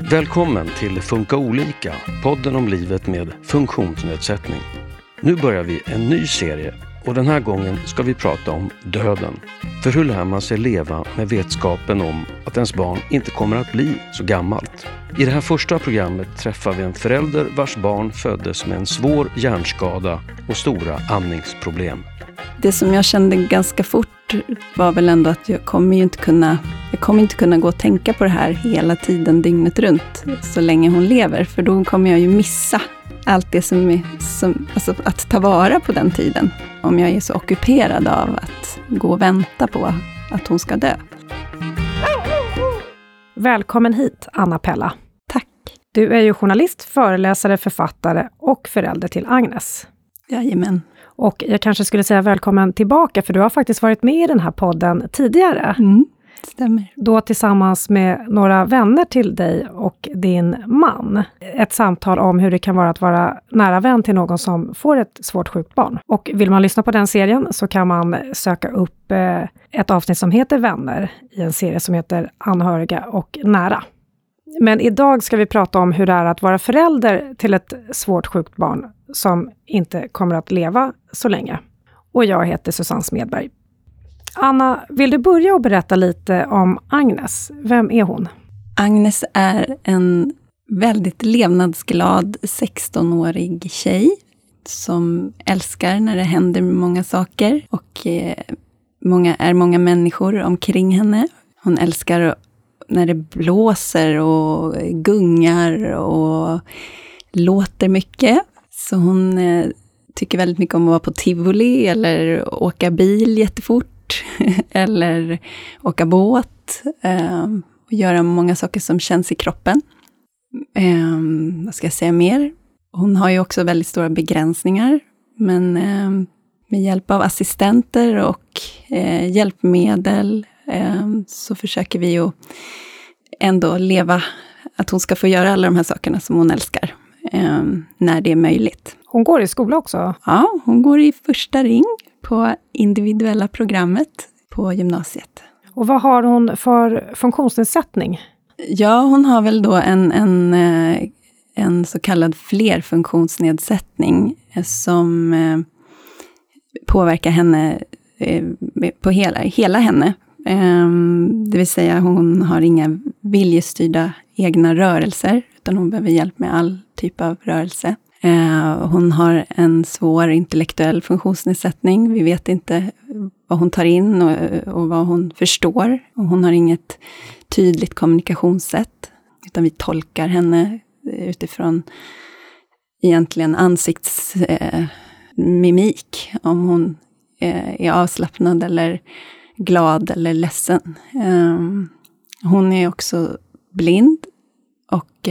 Välkommen till Funka olika, podden om livet med funktionsnedsättning. Nu börjar vi en ny serie och den här gången ska vi prata om döden. För hur lär man sig leva med vetskapen om att ens barn inte kommer att bli så gammalt? I det här första programmet träffar vi en förälder vars barn föddes med en svår hjärnskada och stora andningsproblem. Det som jag kände ganska fort var väl ändå att jag kommer inte kunna gå och tänka på det här hela tiden, dygnet runt, så länge hon lever. För då kommer jag ju missa allt det alltså att ta vara på den tiden. Om jag är så ockuperad av att gå och vänta på att hon ska dö. Välkommen hit, Anna Pella. Tack. Du är ju journalist, föreläsare, författare och förälder till Agnes. Jajamän. Och jag kanske skulle säga välkommen tillbaka, för du har faktiskt varit med i den här podden tidigare. Stämmer. Då tillsammans med några vänner till dig och din man. Ett samtal om hur det kan vara att vara nära vän till någon som får ett svårt sjukt barn. Och vill man lyssna på den serien så kan man söka upp ett avsnitt som heter Vänner i en serie som heter Anhöriga och nära. Men idag ska vi prata om hur det är att vara förälder till ett svårt sjukt barn som inte kommer att leva så länge. Och jag heter Susanne Smedberg. Anna, vill du börja och berätta lite om Agnes? Vem är hon? Agnes är en väldigt levnadsglad 16-årig tjej som älskar när det händer många saker och många människor omkring henne. Hon älskar när det blåser och gungar och låter mycket. Så hon tycker väldigt mycket om att vara på tivoli eller åka bil jättefort eller åka båt och göra många saker som känns i kroppen. Vad ska jag säga mer? Hon har ju också väldigt stora begränsningar, men med hjälp av assistenter och hjälpmedel så försöker vi ju ändå leva, att hon ska få göra alla de här sakerna som hon älskar när det är möjligt. Hon går i skola också? Ja, hon går i första ring på individuella programmet på gymnasiet. Och vad har hon för funktionsnedsättning? Ja, hon har väl då en så kallad flerfunktionsnedsättning som påverkar henne på hela henne. Det vill säga hon har inga viljestyrda egna rörelser, utan hon behöver hjälp med all typ av rörelse. Hon har en svår intellektuell funktionsnedsättning. Vi vet inte vad hon tar in och vad hon förstår. Och hon har inget tydligt kommunikationssätt, utan vi tolkar henne utifrån egentligen ansiktsmimik. Om hon är avslappnad eller glad eller ledsen. Hon är också blind och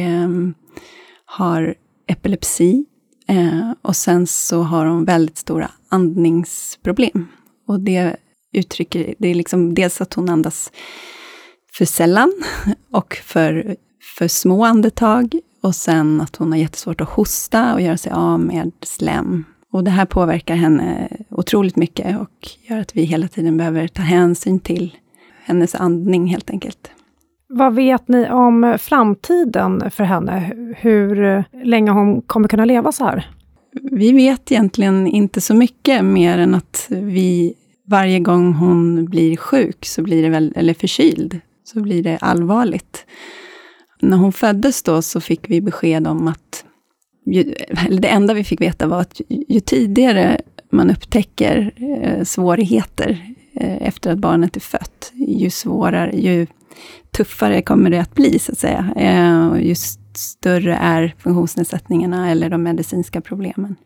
har epilepsi. Och sen så har hon väldigt stora andningsproblem. Och det är liksom dels att hon andas för sällan och för små andetag. Och sen att hon har jättesvårt att hosta och göra sig av med slem. Och det här påverkar henne otroligt mycket och gör att vi hela tiden behöver ta hänsyn till hennes andning helt enkelt. Vad vet ni om framtiden för henne? Hur länge hon kommer kunna leva så här? Vi vet egentligen inte så mycket mer än att varje gång hon blir sjuk så blir det eller förkyld så blir det allvarligt. När hon föddes då så fick vi besked om att det enda vi fick veta var att ju tidigare man upptäcker svårigheter efter att barnet är fött, ju tuffare kommer det att bli så att säga. Ju större är funktionsnedsättningarna eller de medicinska problemen.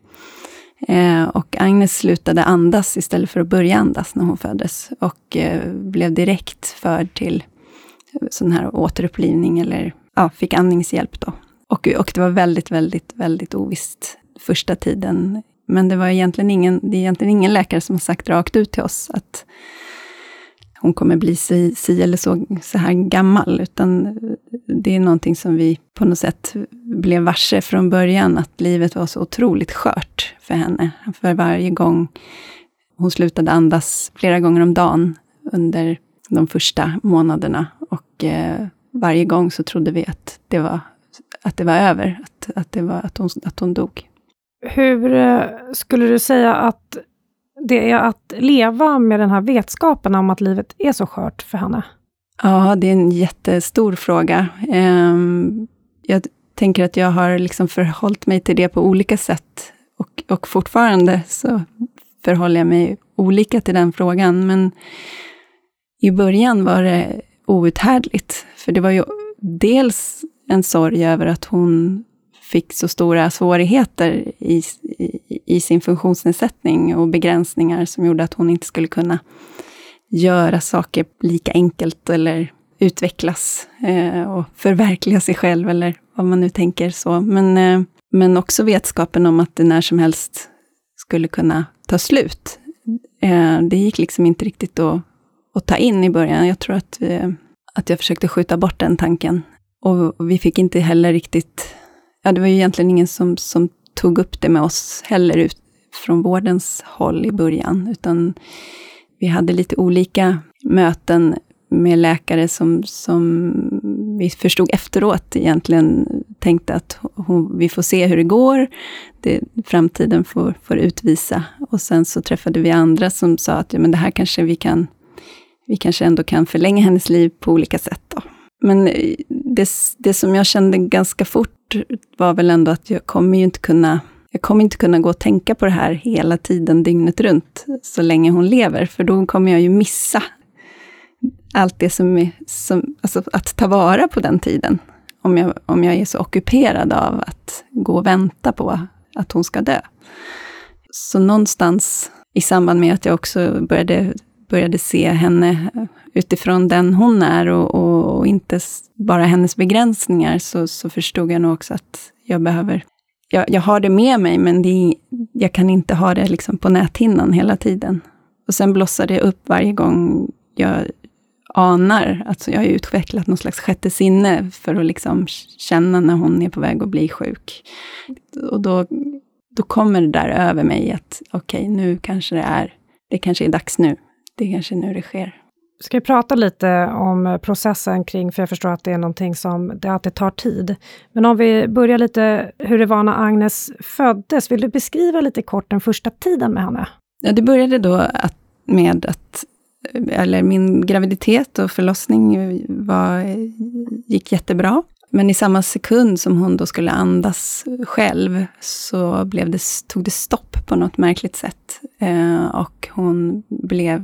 Och Agnes slutade andas istället för att börja andas när hon föddes och blev direkt förd till sån här återupplivning eller fick andningshjälp då. Och det var väldigt, väldigt, väldigt ovisst första tiden. Men det är egentligen ingen läkare som har sagt rakt ut till oss att hon kommer bli si eller så här gammal. Utan det är någonting som vi på något sätt blev varse från början. Att livet var så otroligt skört för henne. För varje gång hon slutade andas flera gånger om dagen under de första månaderna. Och varje gång så trodde vi att det var över, att hon dog. Hur skulle du säga att det är att leva med den här vetskapen om att livet är så skört för henne? Ja, det är en jättestor fråga. Jag tänker att jag har liksom förhållit mig till det på olika sätt. Och fortfarande så förhåller jag mig olika till den frågan. Men i början var det outhärdligt. För det var ju dels en sorg över att hon fick så stora svårigheter i sin funktionsnedsättning och begränsningar som gjorde att hon inte skulle kunna göra saker lika enkelt eller utvecklas och förverkliga sig själv eller vad man nu tänker så. Men också vetskapen om att det när som helst skulle kunna ta slut. Det gick liksom inte riktigt att ta in i början. Jag tror att jag försökte skjuta bort den tanken. Och vi fick inte heller riktigt... Ja, det var ju egentligen ingen som tog upp det med oss heller ut från vårdens håll i början. Utan vi hade lite olika möten med läkare som vi förstod efteråt egentligen tänkte att vi får se hur det går. Framtiden får utvisa. Och sen så träffade vi andra som sa att men det här kanske vi kanske ändå kan förlänga hennes liv på olika sätt då. Men det som jag kände ganska fort var väl ändå att jag kommer inte kunna gå och tänka på det här hela tiden dygnet runt så länge hon lever. För då kommer jag ju missa allt det alltså att ta vara på den tiden. Om jag är så ockuperad av att gå och vänta på att hon ska dö. Så någonstans i samband med att jag också började se henne utifrån den hon är och inte bara hennes begränsningar så förstod jag nog också att jag har det med mig men jag kan inte ha det liksom på näthinnan hela tiden. Och sen blossar det upp varje gång jag anar, alltså jag har utvecklat någon slags sjätte sinne för att liksom känna när hon är på väg att bli sjuk. Och då kommer det där över mig att okej, nu kanske det kanske är dags nu. Det är kanske nu det sker. Ska vi prata lite om processen kring, för jag förstår att det är någonting som det alltid tar tid. Men om vi börjar lite hur det var när Agnes föddes, vill du beskriva lite kort den första tiden med henne? Ja, det började då med att min graviditet och förlossning gick jättebra. Men i samma sekund som hon då skulle andas själv så tog det stopp på något märkligt sätt. Och hon blev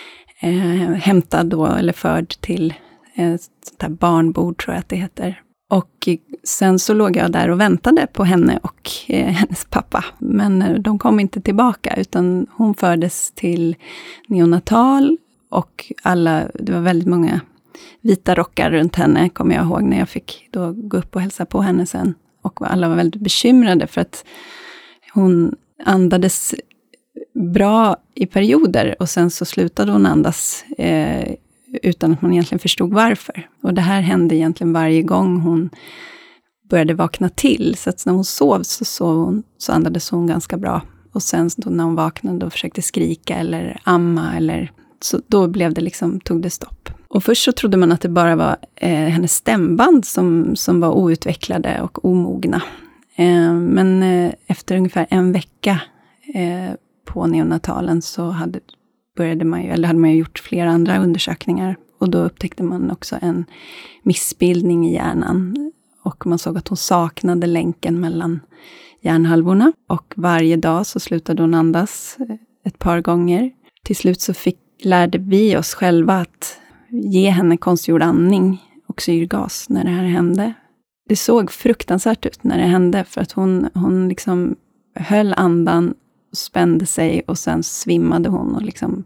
hämtad då, eller förd till ett sånt här barnbord tror jag att det heter. Och sen så låg jag där och väntade på henne och hennes pappa. Men de kom inte tillbaka utan hon fördes till neonatal och det var väldigt många vita rockar runt henne, kommer jag ihåg, när jag fick då gå upp och hälsa på henne sen. Och alla var väldigt bekymrade för att hon andades bra i perioder och sen så slutade hon andas utan att man egentligen förstod varför. Och det här hände egentligen varje gång hon började vakna till. Så att när hon sov så andades hon ganska bra. Och sen då när hon vaknade och försökte skrika eller amma så då tog det stopp. Och först så trodde man att det bara var hennes stämband som var outvecklade och omogna. Men efter ungefär en vecka på neonatalen så hade man gjort flera andra undersökningar. Och då upptäckte man också en missbildning i hjärnan. Och man såg att hon saknade länken mellan hjärnhalvorna. Och varje dag så slutade hon andas ett par gånger. Till slut så lärde vi oss själva att ge henne konstgjord andning och syrgas när det här hände. Det såg fruktansvärt ut när det hände för att hon liksom höll andan, spände sig och sen svimmade hon och liksom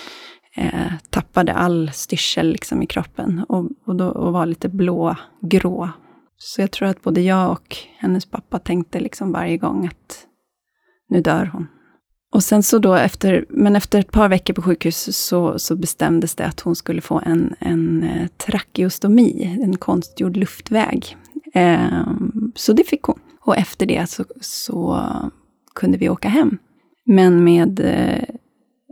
tappade all styrsel liksom i kroppen och var lite blågrå. Så jag tror att både jag och hennes pappa tänkte liksom varje gång att nu dör hon. Och sen så då efter ett par veckor på sjukhus så bestämdes det att hon skulle få en trakeostomi, en konstgjord luftväg. Så det fick hon. Och efter det så kunde vi åka hem. Men med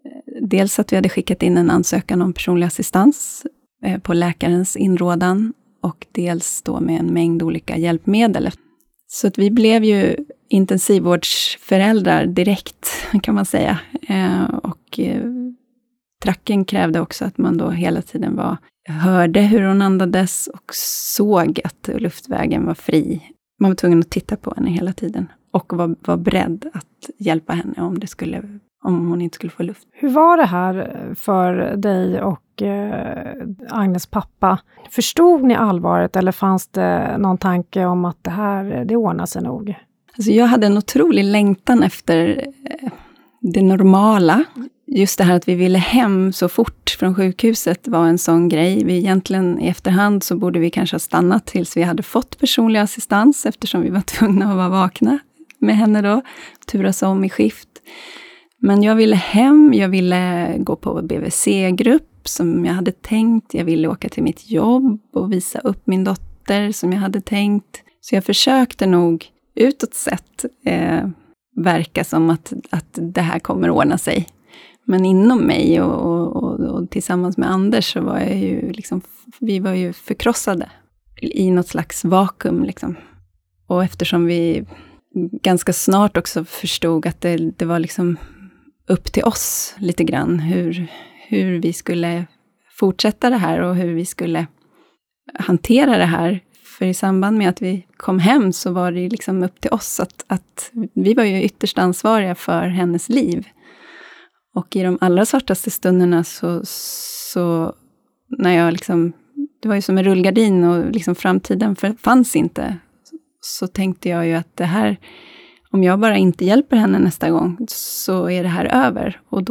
dels att vi hade skickat in en ansökan om personlig assistans på läkarens inrådan. och dels då med en mängd olika hjälpmedel. Så att vi blev ju intensivvårdsföräldrar direkt, kan man säga. Och tracken krävde också att man då hela tiden hörde hur hon andades och såg att luftvägen var fri. Man var tvungen att titta på henne hela tiden och var beredd att hjälpa henne om hon inte skulle få luft. Hur var det här för dig och Agnes pappa? Förstod ni allvaret eller fanns det någon tanke om att det ordnar sig nog? Alltså jag hade en otrolig längtan efter det normala. Just det här att vi ville hem så fort från sjukhuset var en sån grej. Vi egentligen i efterhand så borde vi kanske ha stannat tills vi hade fått personlig assistans, eftersom vi var tvungna att vara vakna med henne då. Turas om i skift. Men jag ville hem, jag ville gå på BVC-grupp som jag hade tänkt. Jag ville åka till mitt jobb och visa upp min dotter som jag hade tänkt. Så jag försökte nog utåt sett verka som att det här kommer ordna sig. Men inom mig och tillsammans med Anders så var jag ju liksom, vi var ju förkrossade i något slags vakuum liksom. Och eftersom vi ganska snart också förstod att det var liksom upp till oss lite grann hur vi skulle fortsätta det här och hur vi skulle hantera det här. För i samband med att vi kom hem så var det liksom upp till oss att vi var ju ytterst ansvariga för hennes liv. Och i de allra svartaste stunderna så när jag liksom, det var ju som en rullgardin och liksom framtiden fanns inte. Så tänkte jag ju att det här, om jag bara inte hjälper henne nästa gång så är det här över. Och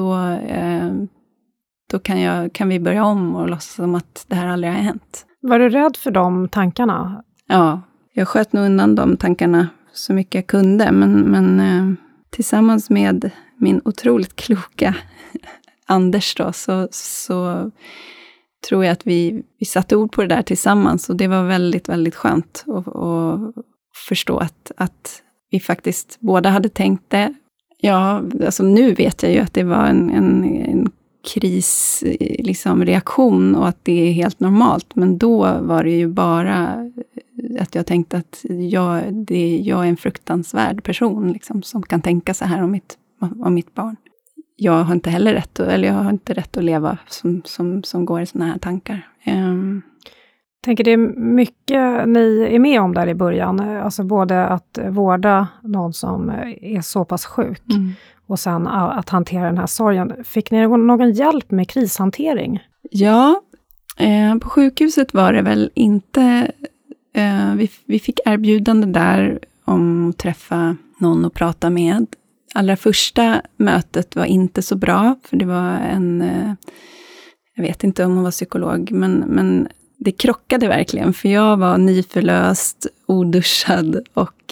då kan vi börja om och låtsas som att det här aldrig har hänt. Var du rädd för de tankarna? Ja, jag sköt nog undan de tankarna så mycket jag kunde. Men tillsammans med min otroligt kloka Anders då, så tror jag att vi satte ord på det där tillsammans. Och det var väldigt, väldigt skönt att förstå att vi faktiskt båda hade tänkt det. Ja, alltså nu vet jag ju att det var en krisreaktion och att det är helt normalt. Men då var det ju bara att jag tänkte att jag är en fruktansvärd person liksom, som kan tänka så här om mitt barn. Jag har inte heller rätt att leva som går i såna här tankar. Tänker det är mycket ni är med om där i början. Alltså både att vårda någon som är så pass sjuk och sen att hantera den här sorgen. Fick ni någon hjälp med krishantering? Ja, på sjukhuset var det väl inte... Vi fick erbjudande där om att träffa någon och prata med. Allra första mötet var inte så bra, för det var jag vet inte om hon var psykolog, men det krockade verkligen, för jag var nyförlöst, oduschad och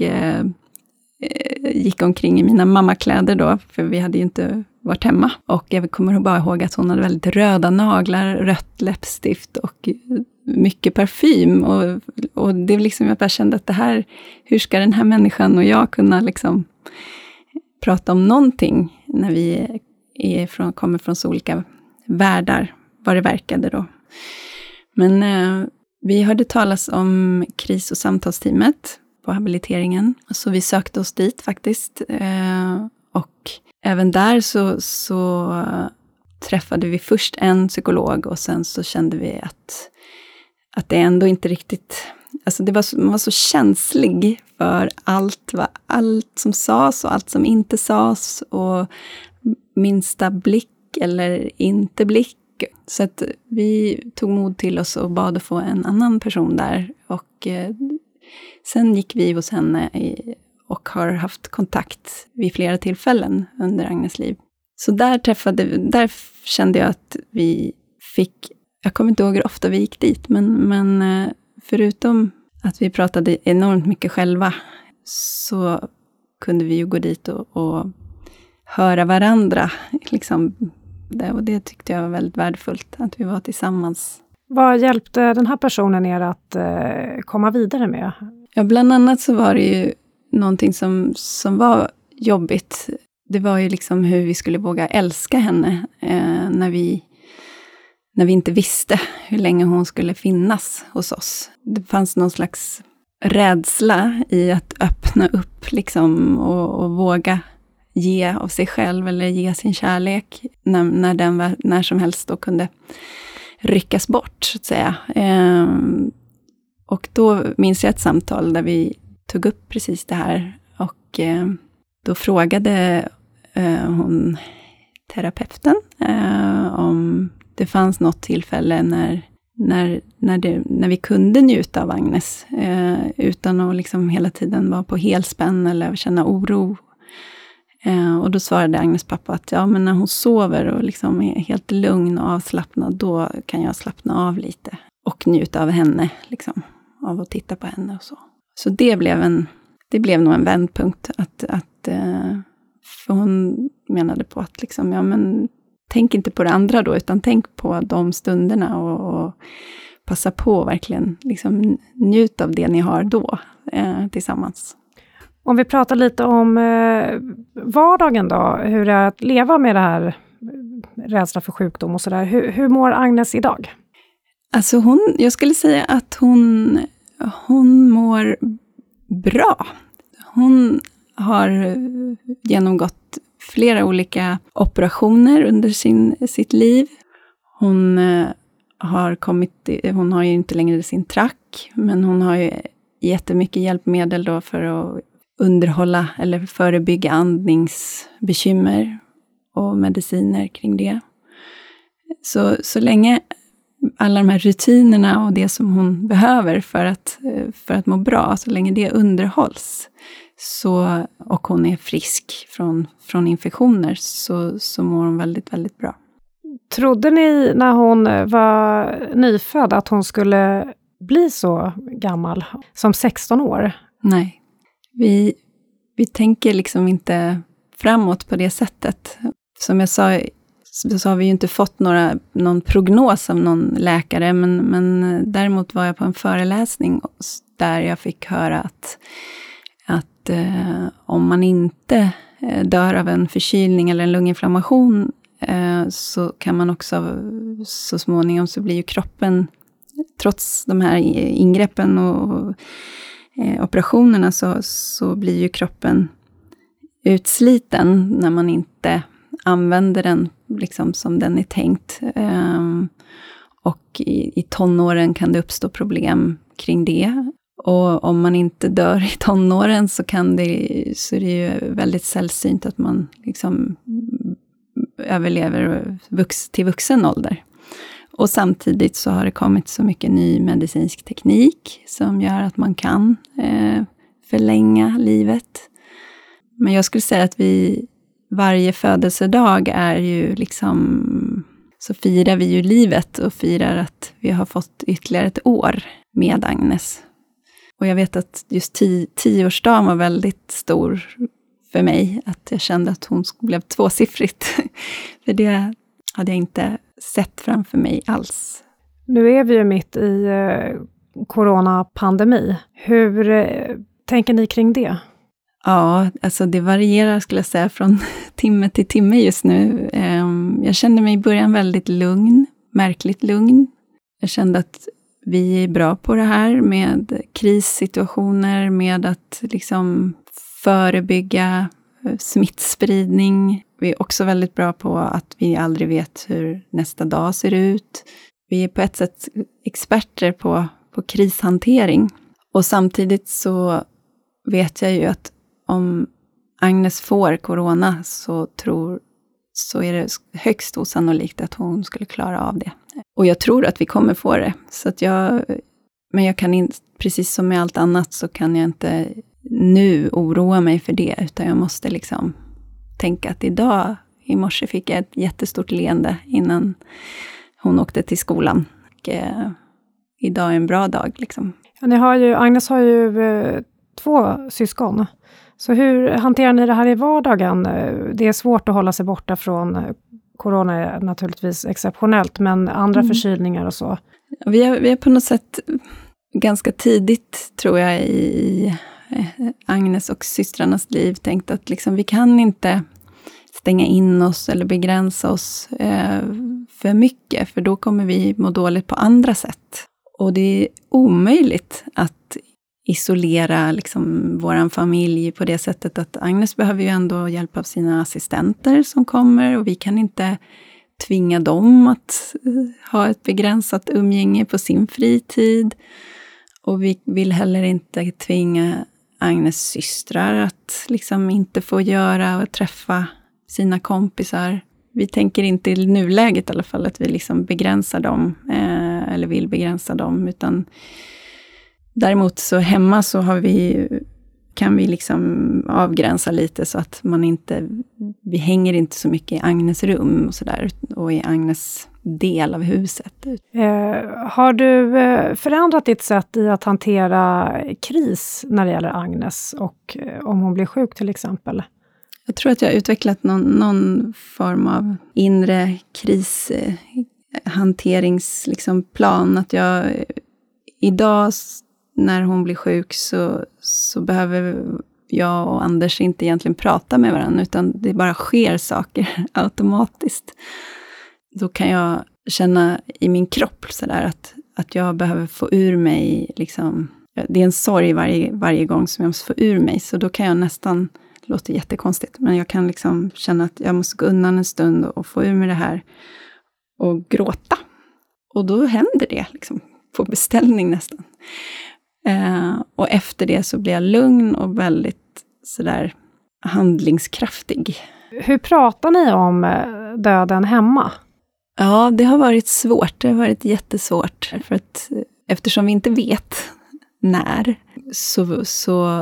gick omkring i mina mammakläder då, för vi hade ju inte varit hemma. Och jag kommer bara ihåg att hon hade väldigt röda naglar, rött läppstift och mycket parfym. Och det är liksom, jag bara kände att det här, hur ska den här människan och jag kunna liksom prata om någonting när vi kommer från så olika världar, vad det verkade då. Men vi hörde talas om kris- och samtalsteamet på habiliteringen. Så vi sökte oss dit faktiskt. Och även där så träffade vi först en psykolog och sen så kände vi att det ändå inte riktigt... Alltså man var så känslig för allt som sades och allt som inte sades och minsta blick eller inte blick. Så att vi tog mod till oss och bad att få en annan person där. Och sen gick vi hos henne och har haft kontakt vid flera tillfällen under Agnes liv. Så där kände jag att vi fick, jag kommer inte ihåg hur ofta vi gick dit, men förutom att vi pratade enormt mycket själva så kunde vi ju gå dit och höra varandra liksom. Och det tyckte jag var väldigt värdefullt, att vi var tillsammans. Vad hjälpte den här personen er att komma vidare med? Ja, bland annat så var det ju någonting som var jobbigt. Det var ju liksom hur vi skulle våga älska henne när när vi inte visste hur länge hon skulle finnas hos oss. Det fanns någon slags rädsla i att öppna upp liksom, och våga ge av sig själv eller ge sin kärlek när den när som helst då kunde ryckas bort, så att säga. Och då minns jag ett samtal där vi tog upp precis det här, och då frågade hon terapeuten om det fanns något tillfälle när vi kunde njuta av Agnes utan att liksom hela tiden vara på helspänn eller känna oro. Och då svarade Agnes pappa att ja, men när hon sover och liksom är helt lugn och avslappnad, då kan jag slappna av lite och njuta av henne, liksom, av att titta på henne och så. Så det blev nog en vändpunkt för hon menade på att liksom, ja, men tänk inte på det andra då, utan tänk på de stunderna och passa på verkligen liksom njut av det ni har då tillsammans. Om vi pratar lite om vardagen då, hur det är att leva med det här rädsla för sjukdom och sådär. Hur mår Agnes idag? Alltså jag skulle säga att hon mår bra. Hon har genomgått flera olika operationer under sitt liv. Hon har ju inte längre sin track, men hon har ju jättemycket hjälpmedel då för att underhålla eller förebygga andningsbekymmer och mediciner kring det. Så länge alla de här rutinerna och det som hon behöver för att må bra, så länge det underhålls och hon är frisk från infektioner, så mår hon väldigt, väldigt bra. Trodde ni när hon var nyfödd att hon skulle bli så gammal som 16 år? Nej, vi tänker liksom inte framåt på det sättet. Som jag sa, så har vi ju inte fått någon prognos av någon läkare, men däremot var jag på en föreläsning där jag fick höra att om man inte dör av en förkylning eller en lunginflammation, så kan man också så småningom, så blir ju kroppen, trots de här ingreppen och operationerna, så blir ju kroppen utsliten när man inte använder den liksom som den är tänkt. Och i tonåren kan det uppstå problem kring det. Och om man inte dör i tonåren så är det ju väldigt sällsynt att man liksom överlever till vuxen ålder. Och samtidigt så har det kommit så mycket ny medicinsk teknik som gör att man kan förlänga livet. Men jag skulle säga att varje födelsedag är ju liksom, så firar vi ju livet och firar att vi har fått ytterligare ett år med Agnes. Och jag vet att just 10-årsdagen var väldigt stor för mig. Att jag kände att hon blev tvåsiffrigt. För det hade jag inte sett framför mig alls. Nu är vi ju mitt i coronapandemi. Hur tänker ni kring det? Ja, alltså det varierar skulle jag säga från timme till timme just nu. Jag kände mig i början väldigt lugn, märkligt lugn. Jag kände att vi är bra på det här med krissituationer, med att liksom förebygga smittspridning. Vi är också väldigt bra på att vi aldrig vet hur nästa dag ser ut. Vi är på ett sätt experter på krishantering. Och samtidigt så vet jag ju att om Agnes får corona så är det högst osannolikt att hon skulle klara av det. Och jag tror att vi kommer få det. Så att men jag kan inte, precis som med allt annat, så kan jag inte nu oroa mig för det. Utan jag måste liksom tänka att i morse fick jag ett jättestort leende innan hon åkte till skolan. Och idag är en bra dag liksom. Ja, Agnes har ju 2 syskon. Så hur hanterar ni det här i vardagen? Det är svårt att hålla sig borta från corona, är naturligtvis exceptionellt, men andra förkylningar och så. Vi har på något sätt ganska tidigt, tror jag, i Agnes och systrarnas liv tänkt att liksom, vi kan inte stänga in oss eller begränsa oss för mycket, för då kommer vi må dåligt på andra sätt. Och det är omöjligt att isolera liksom våran familj på det sättet att Agnes behöver ju ändå hjälp av sina assistenter som kommer, och vi kan inte tvinga dem att ha ett begränsat umgänge på sin fritid. Och vi vill heller inte tvinga Agnes systrar att liksom inte få göra och träffa sina kompisar. Vi tänker inte i nuläget i alla fall att vi liksom begränsar dem eller vill begränsa dem, utan däremot så hemma så kan vi liksom avgränsa lite så att vi hänger inte så mycket i Agnes rum och sådär, och i Agnes del av huset. Har du förändrat ditt sätt i att hantera kris när det gäller Agnes, och om hon blir sjuk till exempel? Jag tror att jag har utvecklat någon form av inre krishanteringsplan. Liksom, att jag idag när hon blir sjuk så behöver jag och Anders inte egentligen prata med varandra, utan det bara sker saker automatiskt. Då kan jag känna i min kropp sådär att jag behöver få ur mig, liksom, det är en sorg varje gång som jag måste få ur mig, så då kan jag nästan, det låter jättekonstigt, men jag kan liksom känna att jag måste gå undan en stund och få ur mig det här och gråta. Och då händer det liksom på beställning nästan. Och efter det så blir jag lugn och väldigt sådär handlingskraftig. Hur pratar ni om döden hemma? Ja, det har varit svårt. Det har varit jättesvårt. För att eftersom vi inte vet när så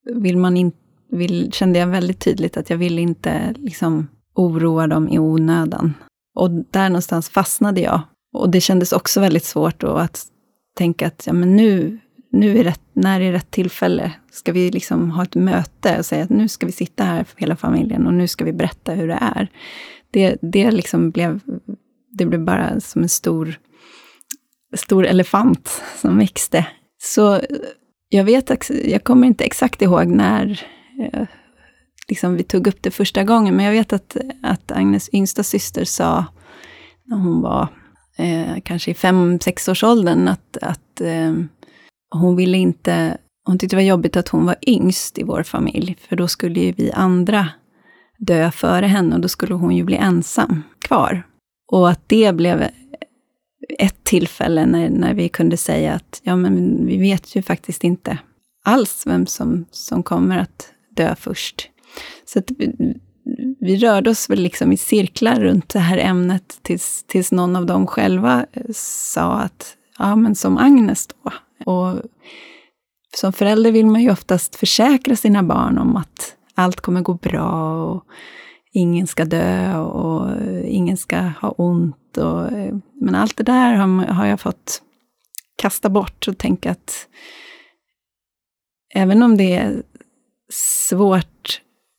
kände jag väldigt tydligt att jag ville inte liksom oroa dem i onödan. Och där någonstans fastnade jag. Och det kändes också väldigt svårt då att tänka att ja, men nu när är rätt tillfälle? Ska vi liksom ha ett möte och säga att nu ska vi sitta här för hela familjen och nu ska vi berätta hur det är. Det liksom blev bara som en stor elefant som växte. Så jag kommer inte exakt ihåg när liksom vi tog upp det första gången, men jag vet att Agnes yngsta syster sa när hon var kanske i 5-6 års åldern att hon tyckte det var jobbigt att hon var yngst i vår familj, för då skulle ju vi andra dö före henne och då skulle hon ju bli ensam kvar. Och att det blev ett tillfälle när vi kunde säga att ja, men vi vet ju faktiskt inte alls vem som kommer att dö först. Så att vi rörde oss väl liksom i cirklar runt det här ämnet tills någon av dem själva sa att ja, men som Agnes då. Och som förälder vill man ju oftast försäkra sina barn om att allt kommer gå bra och ingen ska dö och ingen ska ha ont. Men allt det där har jag fått kasta bort och tänka att även om det är svårt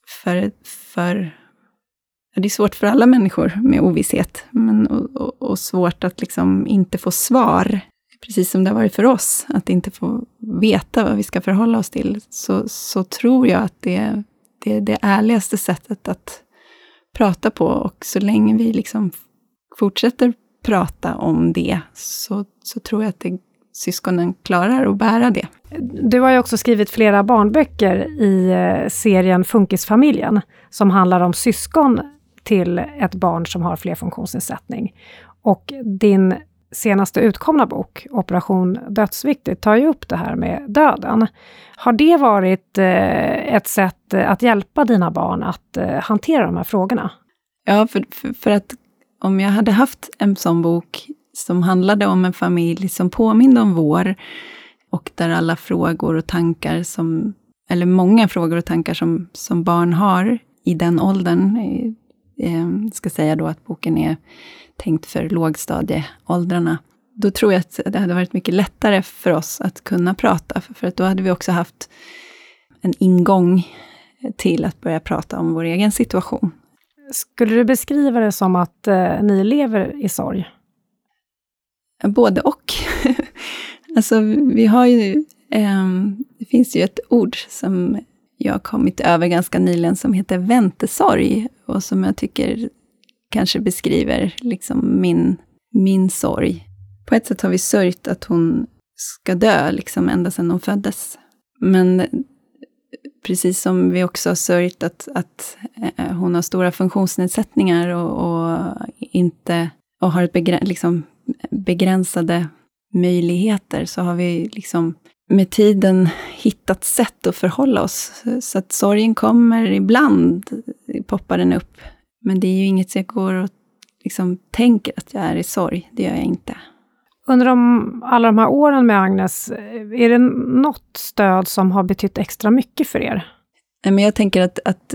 det är svårt för alla människor med ovisshet, och svårt att liksom inte få svar, precis som det har varit för oss, att inte få veta vad vi ska förhålla oss till, så tror jag att det är det ärligaste sättet att prata på, och så länge vi liksom fortsätter prata om det så tror jag att syskonen klarar att bära det. Du har ju också skrivit flera barnböcker i serien Funkisfamiljen som handlar om syskon till ett barn som har flerfunktionsnedsättning. Och din senaste utkomna bok, Operation Dödsviktigt, tar ju upp det här med döden. Har det varit ett sätt att hjälpa dina barn att hantera de här frågorna? Ja, för att om jag hade haft en sån bok som handlade om en familj som påminner om vår, och där alla frågor och tankar eller många frågor och tankar som barn har i den åldern, ska säga då att boken är tänkt för lågstadieåldrarna, då tror jag att det hade varit mycket lättare för oss att kunna prata, för att då hade vi också haft en ingång till att börja prata om vår egen situation. Skulle du beskriva det som att ni lever i sorg? Både och. Alltså vi har ju, det finns ju ett ord som jag har kommit över ganska nyligen som heter väntesorg, och som jag tycker kanske beskriver liksom min sorg. På ett sätt har vi sörjt att hon ska dö liksom ända sedan hon föddes. Men precis som vi också har sörjt att hon har stora funktionsnedsättningar och har ett begränsade möjligheter, så har vi liksom med tiden hittat sätt att förhålla oss. Så att sorgen kommer ibland, poppar den upp. Men det är ju inget så jag går och liksom tänker att jag är i sorg. Det gör jag inte. Under alla de här åren med Agnes, är det något stöd som har betytt extra mycket för er? Men jag tänker att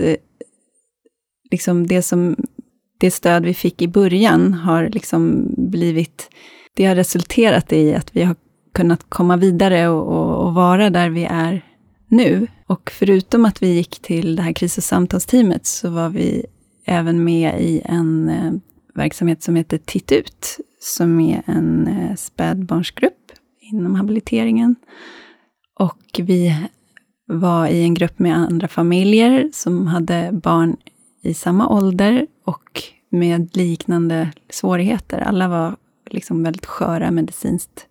liksom det stöd vi fick i början har liksom det har resulterat i att vi har kunnat komma vidare och vara där vi är nu. Och förutom att vi gick till det här kris- och samtalsteamet, så var vi även med i en verksamhet som heter Titt ut, som är en spädbarnsgrupp inom habiliteringen. Och vi var i en grupp med andra familjer som hade barn i samma ålder och med liknande svårigheter. Alla var liksom väldigt sköra medicinskt.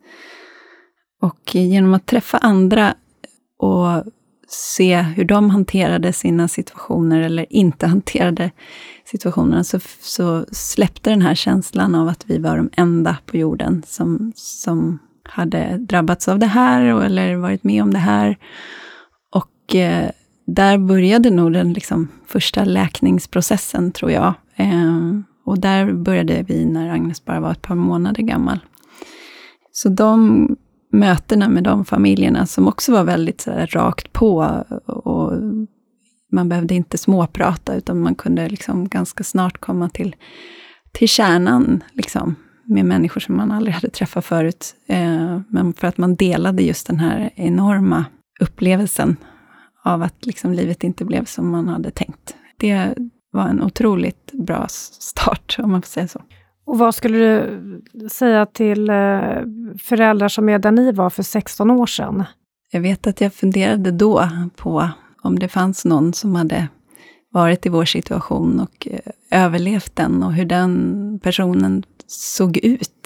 Och genom att träffa andra och se hur de hanterade sina situationer eller inte hanterade situationerna, så släppte den här känslan av att vi var de enda på jorden som hade drabbats av det här eller varit med om det här. Och där började nog den liksom första läkningsprocessen, tror jag. Och där började vi när Agnes bara var ett par månader gammal. Så de mötena med de familjerna, som också var väldigt så här, rakt på, och man behövde inte småprata, utan man kunde liksom ganska snart komma till kärnan liksom, med människor som man aldrig hade träffat förut. Men för att man delade just den här enorma upplevelsen av att liksom, livet inte blev som man hade tänkt. Det var en otroligt bra start, om man får säga så. Och vad skulle du säga till föräldrar som är där ni var för 16 år sedan? Jag vet att jag funderade då på om det fanns någon som hade varit i vår situation och överlevt den, och hur den personen såg ut.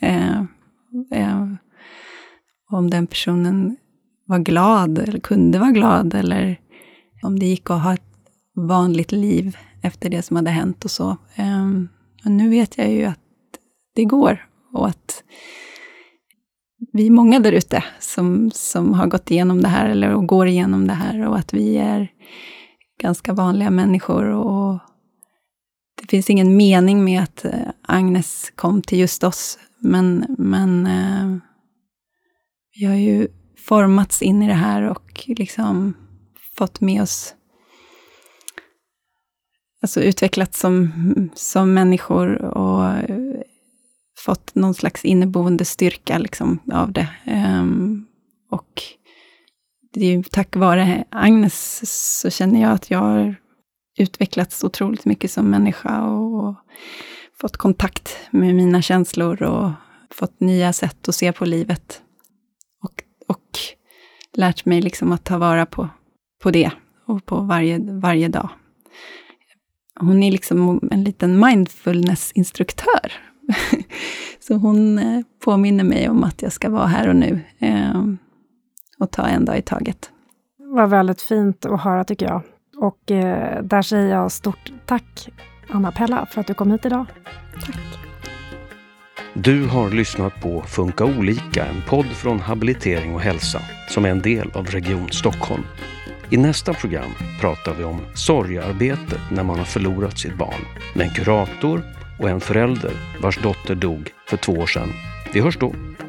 Om den personen var glad eller kunde vara glad, eller om det gick att ha ett vanligt liv efter det som hade hänt och så. Och nu vet jag ju att det går, och att vi är många där ute som har gått igenom det här eller går igenom det här, och att vi är ganska vanliga människor, och det finns ingen mening med att Agnes kom till just oss, men vi har ju formats in i det här och liksom fått med oss, alltså utvecklats som människor och fått någon slags inneboende styrka liksom av det. Och det är ju tack vare Agnes så känner jag att jag har utvecklats otroligt mycket som människa och fått kontakt med mina känslor och fått nya sätt att se på livet. Och lärt mig liksom att ta vara på det och på varje dag. Hon är liksom en liten mindfulness-instruktör. Så hon påminner mig om att jag ska vara här och nu och ta en dag i taget. Det var väldigt fint att höra, tycker jag. Och där säger jag stort tack, Anna Pella, för att du kom hit idag. Tack. Du har lyssnat på Funka olika, en podd från Habilitering och hälsa som är en del av Region Stockholm. I nästa program pratar vi om sorgearbetet när man har förlorat sitt barn med en kurator och en förälder vars dotter dog för 2 år sedan. Vi hörs då.